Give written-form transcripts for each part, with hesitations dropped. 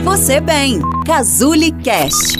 você bem. Cazuli Cast.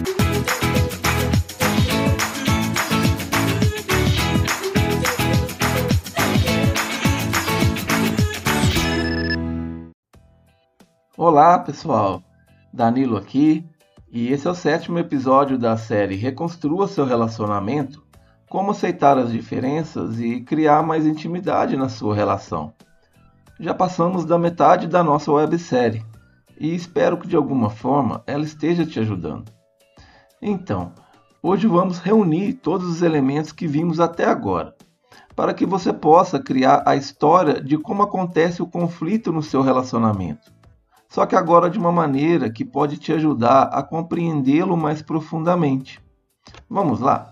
Olá pessoal, Danilo aqui, e esse é o 7º episódio da série Reconstrua seu relacionamento, como aceitar as diferenças e criar mais intimidade na sua relação. Já passamos da metade da nossa websérie, e espero que de alguma forma ela esteja te ajudando. Então, hoje vamos reunir todos os elementos que vimos até agora, para que você possa criar a história de como acontece o conflito no seu relacionamento. Só que agora de uma maneira que pode te ajudar a compreendê-lo mais profundamente. Vamos lá?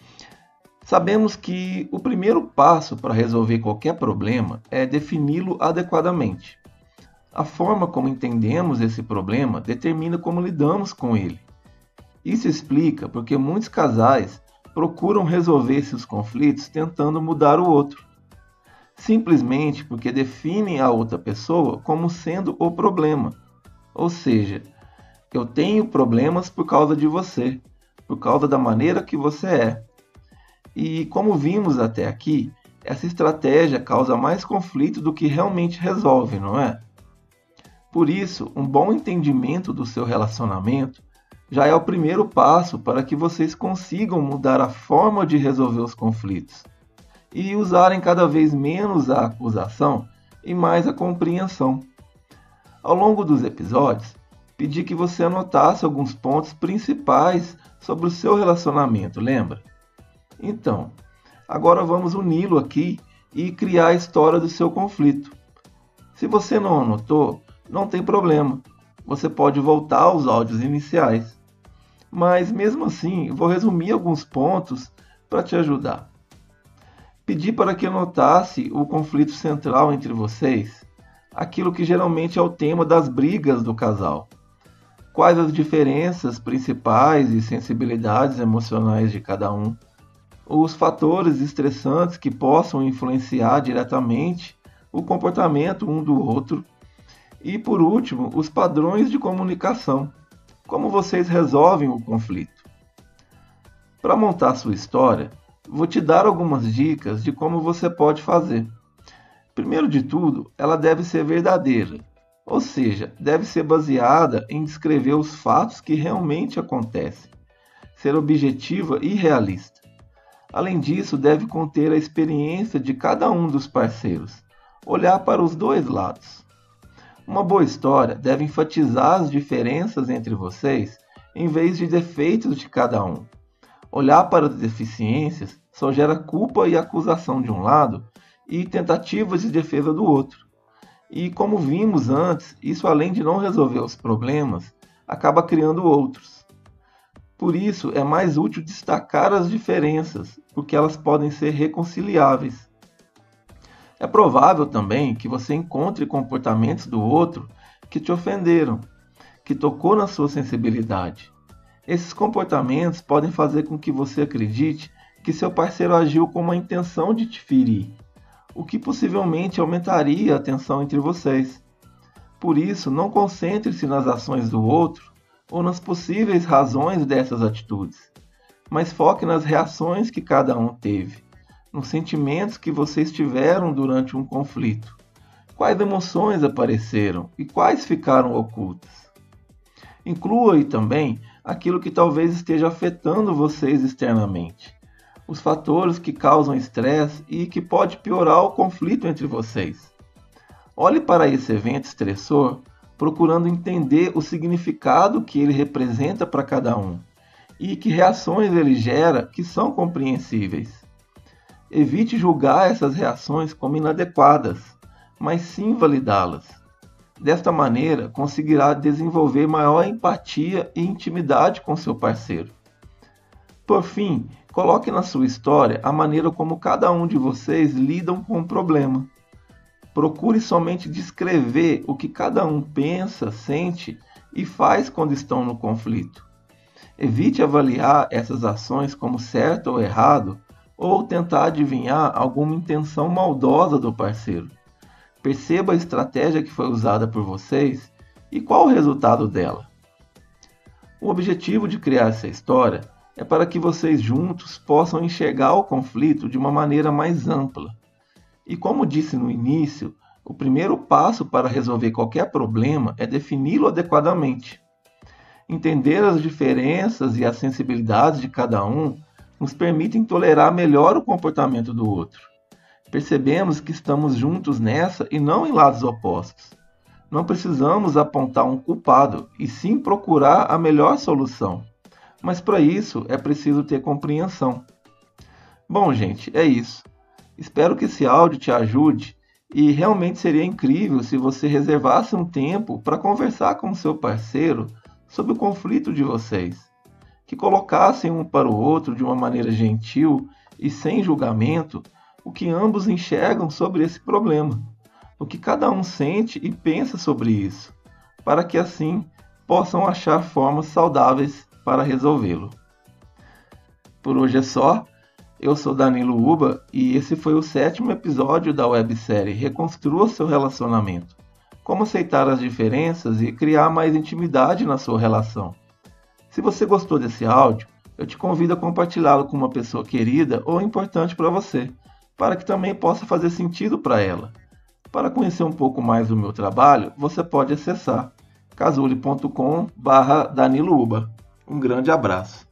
Sabemos que o primeiro passo para resolver qualquer problema é defini-lo adequadamente. A forma como entendemos esse problema determina como lidamos com ele. Isso explica porque muitos casais procuram resolver seus conflitos tentando mudar o outro. Simplesmente porque definem a outra pessoa como sendo o problema. Ou seja, eu tenho problemas por causa de você, por causa da maneira que você é. E como vimos até aqui, essa estratégia causa mais conflito do que realmente resolve, não é? Por isso, um bom entendimento do seu relacionamento já é o primeiro passo para que vocês consigam mudar a forma de resolver os conflitos e usarem cada vez menos a acusação e mais a compreensão. Ao longo dos episódios, pedi que você anotasse alguns pontos principais sobre o seu relacionamento, lembra? Então, agora vamos uni-lo aqui e criar a história do seu conflito. Se você não anotou, não tem problema, você pode voltar aos áudios iniciais. Mas mesmo assim, vou resumir alguns pontos para te ajudar. Pedi para que anotasse o conflito central entre vocês, aquilo que geralmente é o tema das brigas do casal. Quais as diferenças principais e sensibilidades emocionais de cada um, os fatores estressantes que possam influenciar diretamente o comportamento um do outro e, por último, os padrões de comunicação, como vocês resolvem o conflito. Para montar sua história, vou te dar algumas dicas de como você pode fazer. Primeiro de tudo, ela deve ser verdadeira, ou seja, deve ser baseada em descrever os fatos que realmente acontecem, ser objetiva e realista. Além disso, deve conter a experiência de cada um dos parceiros, olhar para os dois lados. Uma boa história deve enfatizar as diferenças entre vocês em vez de defeitos de cada um. Olhar para as deficiências só gera culpa e acusação de um lado e tentativas de defesa do outro. E como vimos antes, isso além de não resolver os problemas, acaba criando outros. Por isso é mais útil destacar as diferenças, porque elas podem ser reconciliáveis. É provável também que você encontre comportamentos do outro que te ofenderam, que tocou na sua sensibilidade. Esses comportamentos podem fazer com que você acredite que seu parceiro agiu com uma intenção de te ferir, o que possivelmente aumentaria a tensão entre vocês. Por isso, não concentre-se nas ações do outro ou nas possíveis razões dessas atitudes, mas foque nas reações que cada um teve, nos sentimentos que vocês tiveram durante um conflito, quais emoções apareceram e quais ficaram ocultas. Inclua aí também aquilo que talvez esteja afetando vocês externamente, os fatores que causam estresse e que pode piorar o conflito entre vocês. Olhe para esse evento estressor procurando entender o significado que ele representa para cada um e que reações ele gera que são compreensíveis. Evite julgar essas reações como inadequadas, mas sim validá-las. Desta maneira, conseguirá desenvolver maior empatia e intimidade com seu parceiro. Por fim, coloque na sua história a maneira como cada um de vocês lidam com o problema. Procure somente descrever o que cada um pensa, sente e faz quando estão no conflito. Evite avaliar essas ações como certo ou errado, ou tentar adivinhar alguma intenção maldosa do parceiro. Perceba a estratégia que foi usada por vocês e qual o resultado dela. O objetivo de criar essa história é para que vocês juntos possam enxergar o conflito de uma maneira mais ampla. E como disse no início, o primeiro passo para resolver qualquer problema é defini-lo adequadamente. Entender as diferenças e as sensibilidades de cada um nos permitem tolerar melhor o comportamento do outro. Percebemos que estamos juntos nessa e não em lados opostos. Não precisamos apontar um culpado, e sim procurar a melhor solução. Mas para isso é preciso ter compreensão. Bom, gente, é isso. Espero que esse áudio te ajude e realmente seria incrível se você reservasse um tempo para conversar com seu parceiro sobre o conflito de vocês. Que colocassem um para o outro de uma maneira gentil e sem julgamento o que ambos enxergam sobre esse problema, o que cada um sente e pensa sobre isso, para que assim possam achar formas saudáveis para resolvê-lo. Por hoje é só. Eu sou Danilo Uba e esse foi o 7º episódio da websérie Reconstrua seu relacionamento. Como aceitar as diferenças e criar mais intimidade na sua relação. Se você gostou desse áudio, eu te convido a compartilhá-lo com uma pessoa querida ou importante para você, para que também possa fazer sentido para ela. Para conhecer um pouco mais do meu trabalho, você pode acessar cazuli.com/Danilo Uba. Um grande abraço.